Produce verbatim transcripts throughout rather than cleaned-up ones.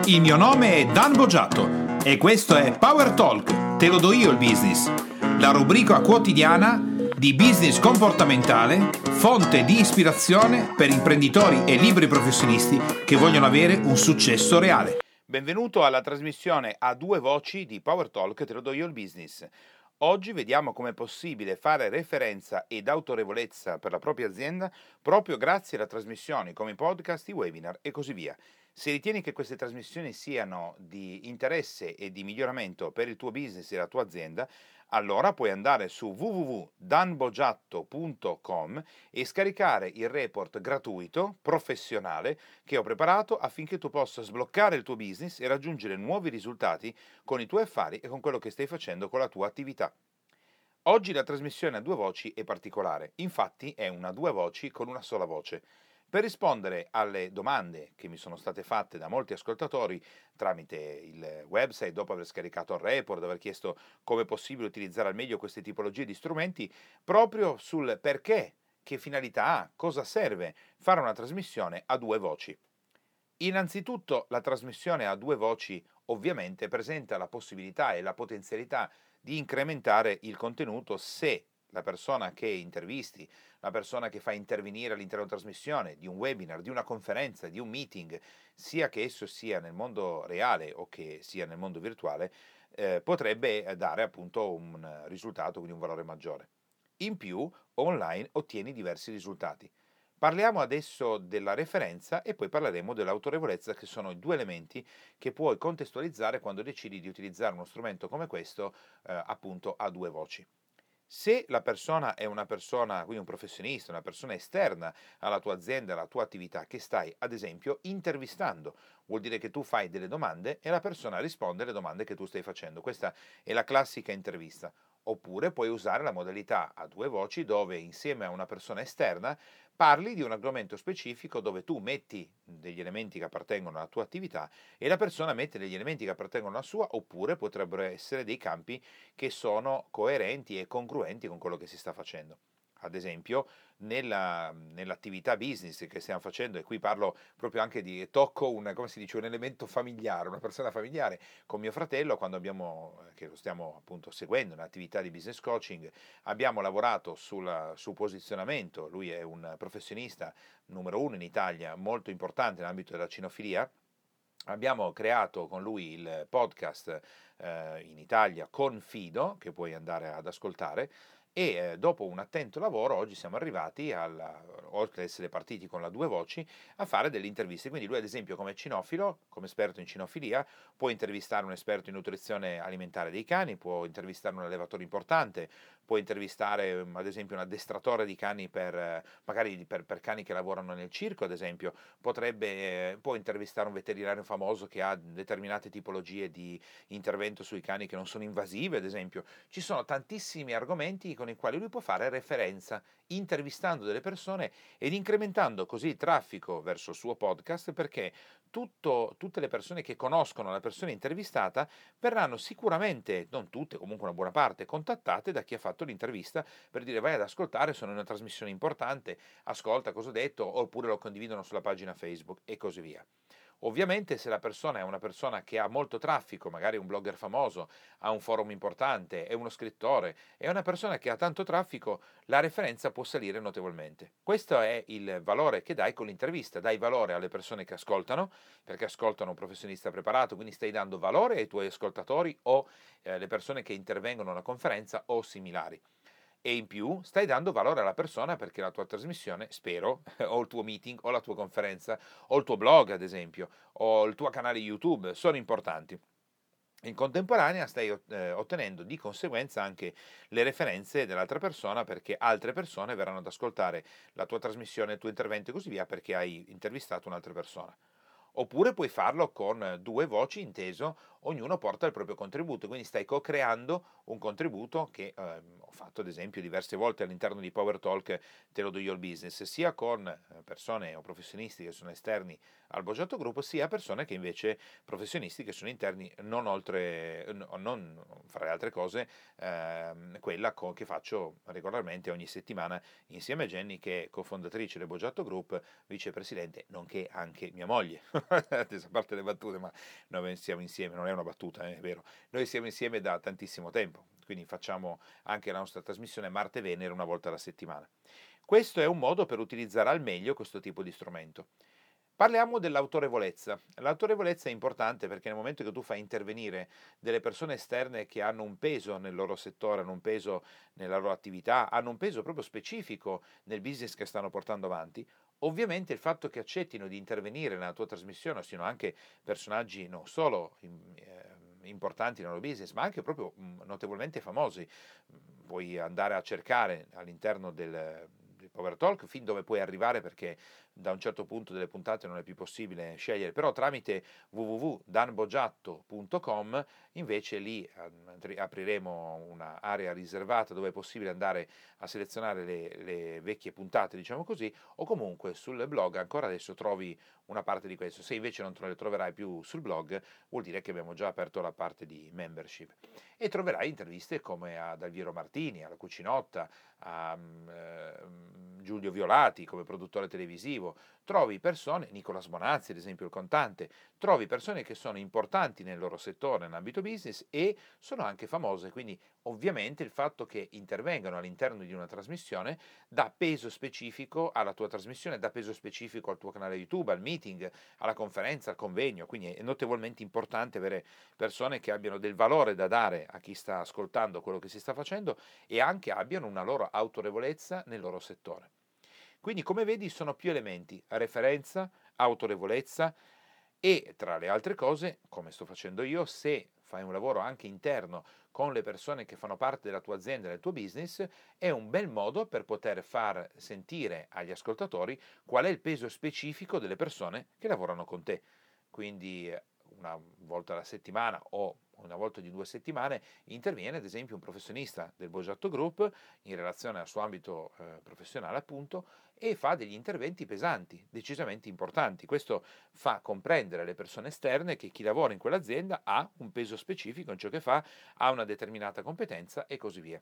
Il mio nome è Dan Boggiato e questo è Power Talk, te lo do io il business, la rubrica quotidiana di business comportamentale, fonte di ispirazione per imprenditori e liberi professionisti che vogliono avere un successo reale. Benvenuto alla trasmissione a due voci di Power Talk, te lo do io il business. Oggi vediamo come è possibile fare referenza ed autorevolezza per la propria azienda proprio grazie alle trasmissioni come i podcast, i webinar e così via. Se ritieni che queste trasmissioni siano di interesse e di miglioramento per il tuo business e la tua azienda, allora puoi andare su w w w punto dan boggiatto punto com e scaricare il report gratuito, professionale, che ho preparato affinché tu possa sbloccare il tuo business e raggiungere nuovi risultati con i tuoi affari e con quello che stai facendo con la tua attività. Oggi la trasmissione a due voci è particolare, infatti è una due voci con una sola voce. Per rispondere alle domande che mi sono state fatte da molti ascoltatori tramite il website, dopo aver scaricato il report, aver chiesto come è possibile utilizzare al meglio queste tipologie di strumenti, proprio sul perché, che finalità ha, cosa serve fare una trasmissione a due voci. Innanzitutto la trasmissione a due voci ovviamente presenta la possibilità e la potenzialità di incrementare il contenuto se la persona che intervisti, la persona che fa intervenire all'interno della trasmissione, di un webinar, di una conferenza, di un meeting, sia che esso sia nel mondo reale o che sia nel mondo virtuale, eh, potrebbe dare appunto un risultato, quindi un valore maggiore. In più, online ottieni diversi risultati. Parliamo adesso della referenza e poi parleremo dell'autorevolezza, che sono i due elementi che puoi contestualizzare quando decidi di utilizzare uno strumento come questo, eh, appunto a due voci. Se la persona è una persona, quindi un professionista, una persona esterna alla tua azienda, alla tua attività, che stai ad esempio intervistando, vuol dire che tu fai delle domande e la persona risponde alle domande che tu stai facendo. Questa è la classica intervista. Oppure puoi usare la modalità a due voci dove insieme a una persona esterna parli di un argomento specifico dove tu metti degli elementi che appartengono alla tua attività e la persona mette degli elementi che appartengono alla sua, oppure potrebbero essere dei campi che sono coerenti e congruenti con quello che si sta facendo. Ad esempio, nella, nell'attività business che stiamo facendo, e qui parlo proprio anche di, tocco un, come si dice, un elemento familiare, una persona familiare, con mio fratello, quando abbiamo, che lo stiamo appunto seguendo, un'attività di business coaching, abbiamo lavorato sul, sul posizionamento, lui è un professionista numero uno in Italia, molto importante nell'ambito della cinofilia. Abbiamo creato con lui il podcast eh, in Italia Confido, che puoi andare ad ascoltare, e eh, dopo un attento lavoro oggi siamo arrivati, alla, oltre ad essere partiti con la due voci, a fare delle interviste. Quindi lui ad esempio come cinofilo, come esperto in cinofilia, può intervistare un esperto in nutrizione alimentare dei cani, può intervistare un allevatore importante, può intervistare ad esempio un addestratore di cani per magari per, per cani che lavorano nel circo, ad esempio, potrebbe, eh, può intervistare un veterinario famoso che ha determinate tipologie di intervento sui cani che non sono invasive, ad esempio. Ci sono tantissimi argomenti con i quali lui può fare referenza, intervistando delle persone ed incrementando così il traffico verso il suo podcast, perché tutto, tutte le persone che conoscono la persona intervistata verranno sicuramente, non tutte, comunque una buona parte, contattate da chi ha fatto l'intervista per dire vai ad ascoltare, sono in una trasmissione importante, ascolta cosa ho detto, oppure lo condividono sulla pagina Facebook e così via. Ovviamente se la persona è una persona che ha molto traffico, magari un blogger famoso, ha un forum importante, è uno scrittore, è una persona che ha tanto traffico, la referenza può salire notevolmente. Questo è il valore che dai con l'intervista, dai valore alle persone che ascoltano, perché ascoltano un professionista preparato, quindi stai dando valore ai tuoi ascoltatori o eh, le persone che intervengono alla conferenza o similari. E in più stai dando valore alla persona perché la tua trasmissione, spero, o il tuo meeting, o la tua conferenza, o il tuo blog ad esempio, o il tuo canale YouTube sono importanti. In contemporanea stai eh, ottenendo di conseguenza anche le referenze dell'altra persona, perché altre persone verranno ad ascoltare la tua trasmissione, il tuo intervento e così via perché hai intervistato un'altra persona. Oppure puoi farlo con due voci inteso ognuno porta il proprio contributo, quindi stai co-creando un contributo che eh, ho fatto ad esempio diverse volte all'interno di Power Talk, te lo do io il business, sia con persone o professionisti che sono esterni al Boggiato Group, sia persone che invece professionisti che sono interni, non oltre, non fra le altre cose, ehm, quella con, che faccio regolarmente ogni settimana insieme a Jenny, che è cofondatrice del Boggiato Group, vicepresidente, nonché anche mia moglie. A parte le battute, ma noi siamo insieme, non è una battuta, è vero, noi siamo insieme da tantissimo tempo, quindi facciamo anche la nostra trasmissione Marte Venere una volta alla settimana. Questo è un modo per utilizzare al meglio questo tipo di strumento. Parliamo dell'autorevolezza. L'autorevolezza è importante perché nel momento che tu fai intervenire delle persone esterne che hanno un peso nel loro settore, hanno un peso nella loro attività, hanno un peso proprio specifico nel business che stanno portando avanti, ovviamente il fatto che accettino di intervenire nella tua trasmissione, siano anche personaggi non solo eh, importanti nel loro business, ma anche proprio mh, notevolmente famosi. Puoi andare a cercare all'interno del Power Talk fin dove puoi arrivare, perché da un certo punto delle puntate non è più possibile scegliere, però tramite w w w punto dan boggiatto punto com invece lì apriremo un'area riservata dove è possibile andare a selezionare le, le vecchie puntate, diciamo così, o comunque sul blog ancora adesso trovi una parte di questo. Se invece non le troverai più sul blog, vuol dire che abbiamo già aperto la parte di membership e troverai interviste come ad Alviero Martini, alla Cucinotta, a um, Giulio Violati come produttore televisivo, trovi persone, Nicola Smonazzi ad esempio il contante, trovi persone che sono importanti nel loro settore, nell'ambito business, e sono anche famose, quindi ovviamente il fatto che intervengano all'interno di una trasmissione dà peso specifico alla tua trasmissione, dà peso specifico al tuo canale YouTube, al meeting, alla conferenza, al convegno, quindi è notevolmente importante avere persone che abbiano del valore da dare a chi sta ascoltando quello che si sta facendo e anche abbiano una loro autorevolezza nel loro settore. Quindi come vedi sono più elementi: referenza, autorevolezza e tra le altre cose, come sto facendo io, se fai un lavoro anche interno con le persone che fanno parte della tua azienda, del tuo business, è un bel modo per poter far sentire agli ascoltatori qual è il peso specifico delle persone che lavorano con te. Quindi una volta alla settimana o una volta di due settimane interviene ad esempio un professionista del Boggiatto Group in relazione al suo ambito eh, professionale appunto, e fa degli interventi pesanti, decisamente importanti. Questo fa comprendere alle persone esterne che chi lavora in quell'azienda ha un peso specifico in ciò che fa, ha una determinata competenza e così via.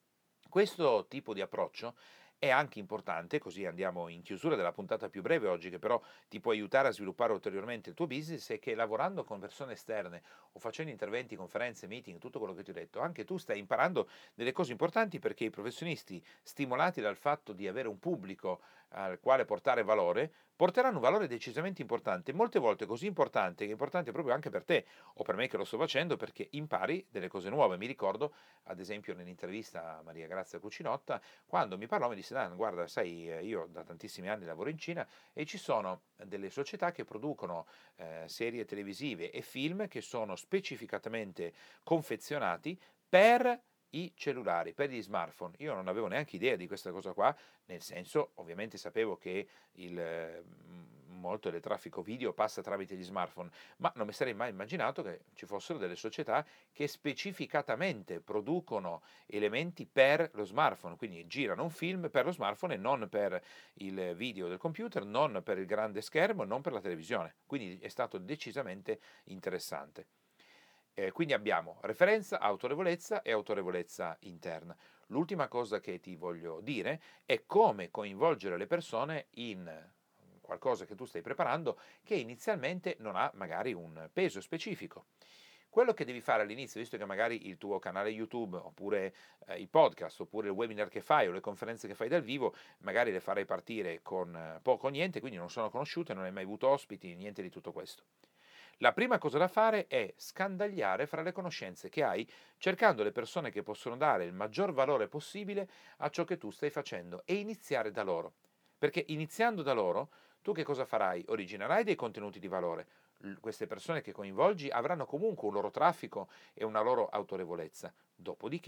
Questo tipo di approccio è anche importante, così andiamo in chiusura della puntata più breve oggi, che però ti può aiutare a sviluppare ulteriormente il tuo business, è che lavorando con persone esterne o facendo interventi, conferenze, meeting, tutto quello che ti ho detto, anche tu stai imparando delle cose importanti, perché i professionisti, stimolati dal fatto di avere un pubblico al quale portare valore, porteranno un valore decisamente importante, molte volte così importante che è importante proprio anche per te o per me che lo sto facendo, perché impari delle cose nuove. Mi ricordo ad esempio nell'intervista a Maria Grazia Cucinotta, quando mi parlò mi disse: Dan, guarda, sai, io da tantissimi anni lavoro in Cina e ci sono delle società che producono eh, serie televisive e film che sono specificatamente confezionati per i cellulari, per gli smartphone. Io non avevo neanche idea di questa cosa qua, nel senso, ovviamente sapevo che il, molto del traffico video passa tramite gli smartphone, ma non mi sarei mai immaginato che ci fossero delle società che specificatamente producono elementi per lo smartphone, quindi girano un film per lo smartphone e non per il video del computer, non per il grande schermo, non per la televisione. Quindi è stato decisamente interessante. Eh, quindi abbiamo referenza, autorevolezza e autorevolezza interna. L'ultima cosa che ti voglio dire è come coinvolgere le persone in qualcosa che tu stai preparando che inizialmente non ha magari un peso specifico. Quello che devi fare all'inizio, visto che magari il tuo canale YouTube, oppure eh, i podcast, oppure il webinar che fai o le conferenze che fai dal vivo, magari le farai partire con eh, poco o niente, quindi non sono conosciute, non hai mai avuto ospiti, niente di tutto questo. La prima cosa da fare è scandagliare fra le conoscenze che hai, cercando le persone che possono dare il maggior valore possibile a ciò che tu stai facendo e iniziare da loro. Perché iniziando da loro, tu che cosa farai? Originerai dei contenuti di valore. Queste persone che coinvolgi avranno comunque un loro traffico e una loro autorevolezza. Dopodiché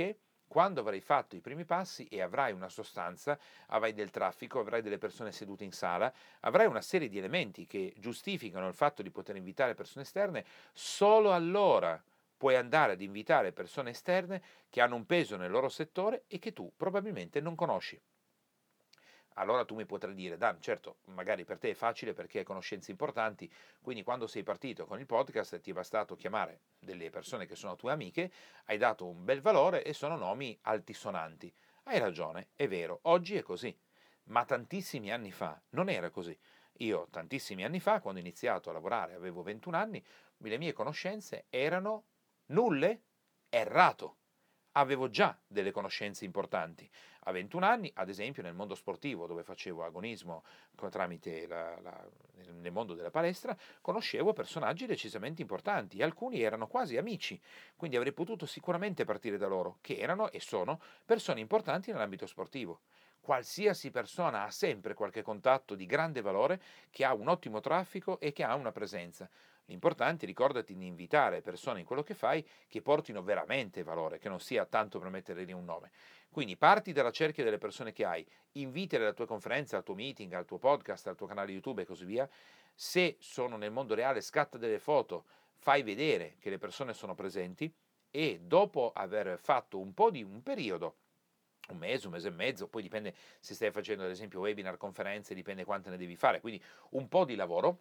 Quando avrai fatto i primi passi e avrai una sostanza, avrai del traffico, avrai delle persone sedute in sala, avrai una serie di elementi che giustificano il fatto di poter invitare persone esterne, solo allora puoi andare ad invitare persone esterne che hanno un peso nel loro settore e che tu probabilmente non conosci. Allora tu mi potrai dire, Dan, certo, magari per te è facile perché hai conoscenze importanti, quindi quando sei partito con il podcast ti è bastato chiamare delle persone che sono tue amiche, hai dato un bel valore e sono nomi altisonanti. Hai ragione, è vero, oggi è così, ma tantissimi anni fa non era così. Io tantissimi anni fa, quando ho iniziato a lavorare, avevo ventuno anni, le mie conoscenze erano nulle, errato. Avevo già delle conoscenze importanti. A ventuno anni, ad esempio, nel mondo sportivo, dove facevo agonismo tramite la, la, nel mondo della palestra, conoscevo personaggi decisamente importanti, alcuni erano quasi amici, quindi avrei potuto sicuramente partire da loro, che erano e sono persone importanti nell'ambito sportivo. Qualsiasi persona ha sempre qualche contatto di grande valore, che ha un ottimo traffico e che ha una presenza. L'importante, ricordati di invitare persone in quello che fai che portino veramente valore, che non sia tanto per mettere lì un nome. Quindi parti dalla cerchia delle persone che hai, invitale alla tua conferenza, al tuo meeting, al tuo podcast, al tuo canale YouTube e così via. Se sono nel mondo reale, scatta delle foto, fai vedere che le persone sono presenti e dopo aver fatto un po' di un periodo, un mese, un mese e mezzo, poi dipende se stai facendo ad esempio webinar, conferenze, dipende quante ne devi fare, quindi un po' di lavoro,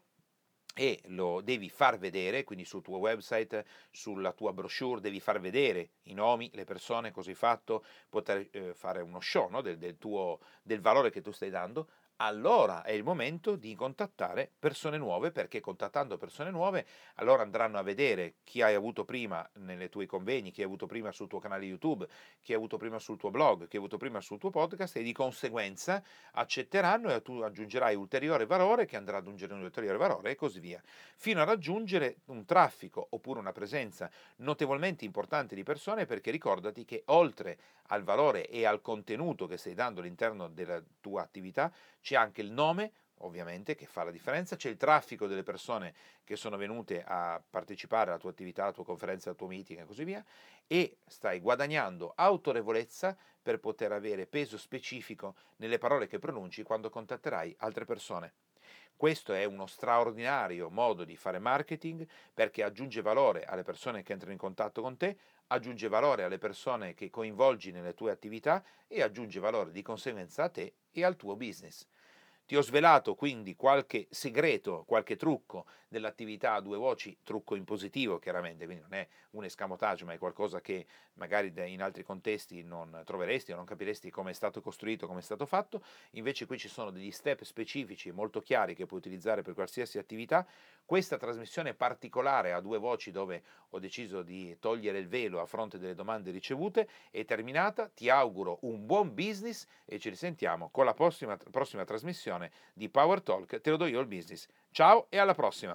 e lo devi far vedere, quindi sul tuo website, sulla tua brochure, devi far vedere i nomi, le persone, cosa hai fatto, poter eh, fare uno show, no? del, del, tuo, del valore che tu stai dando. Allora è il momento di contattare persone nuove, perché contattando persone nuove allora andranno a vedere chi hai avuto prima nei tuoi convegni, chi hai avuto prima sul tuo canale YouTube, chi hai avuto prima sul tuo blog, chi hai avuto prima sul tuo podcast, e di conseguenza accetteranno e tu aggiungerai ulteriore valore che andrà ad aggiungere un ulteriore valore e così via, fino a raggiungere un traffico oppure una presenza notevolmente importante di persone, perché ricordati che oltre al valore e al contenuto che stai dando all'interno della tua attività c'è anche il nome, ovviamente, che fa la differenza, c'è il traffico delle persone che sono venute a partecipare alla tua attività, alla tua conferenza, al tuo meeting e così via, e stai guadagnando autorevolezza per poter avere peso specifico nelle parole che pronunci quando contatterai altre persone. Questo è uno straordinario modo di fare marketing, perché aggiunge valore alle persone che entrano in contatto con te, aggiunge valore alle persone che coinvolgi nelle tue attività e aggiunge valore di conseguenza a te e al tuo business. Ti ho svelato quindi qualche segreto, qualche trucco dell'attività a due voci, trucco in positivo chiaramente, quindi non è un escamotage, ma è qualcosa che magari in altri contesti non troveresti o non capiresti come è stato costruito, come è stato fatto. Invece qui ci sono degli step specifici molto chiari che puoi utilizzare per qualsiasi attività. Questa trasmissione particolare a due voci, dove ho deciso di togliere il velo a fronte delle domande ricevute, è terminata. Ti auguro un buon business e ci risentiamo con la prossima, prossima trasmissione di Power Talk. Te lo do io il business. Ciao e alla prossima.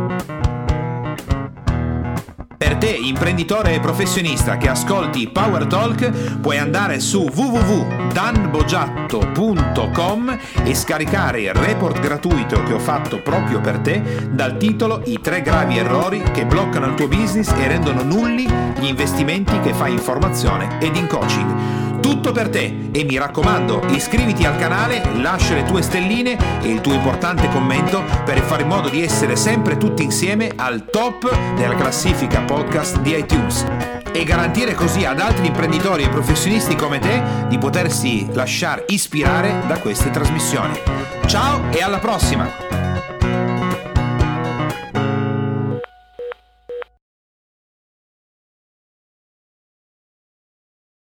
Per te, imprenditore e professionista che ascolti Power Talk, puoi andare su w w w punto dan bogiatto punto com e scaricare il report gratuito che ho fatto proprio per te dal titolo I tre gravi errori che bloccano il tuo business e rendono nulli gli investimenti che fai in formazione ed in coaching. Tutto per te, e mi raccomando, iscriviti al canale, lascia le tue stelline e il tuo importante commento per fare in modo di essere sempre tutti insieme al top della classifica podcast di iTunes e garantire così ad altri imprenditori e professionisti come te di potersi lasciare ispirare da queste trasmissioni. Ciao e alla prossima!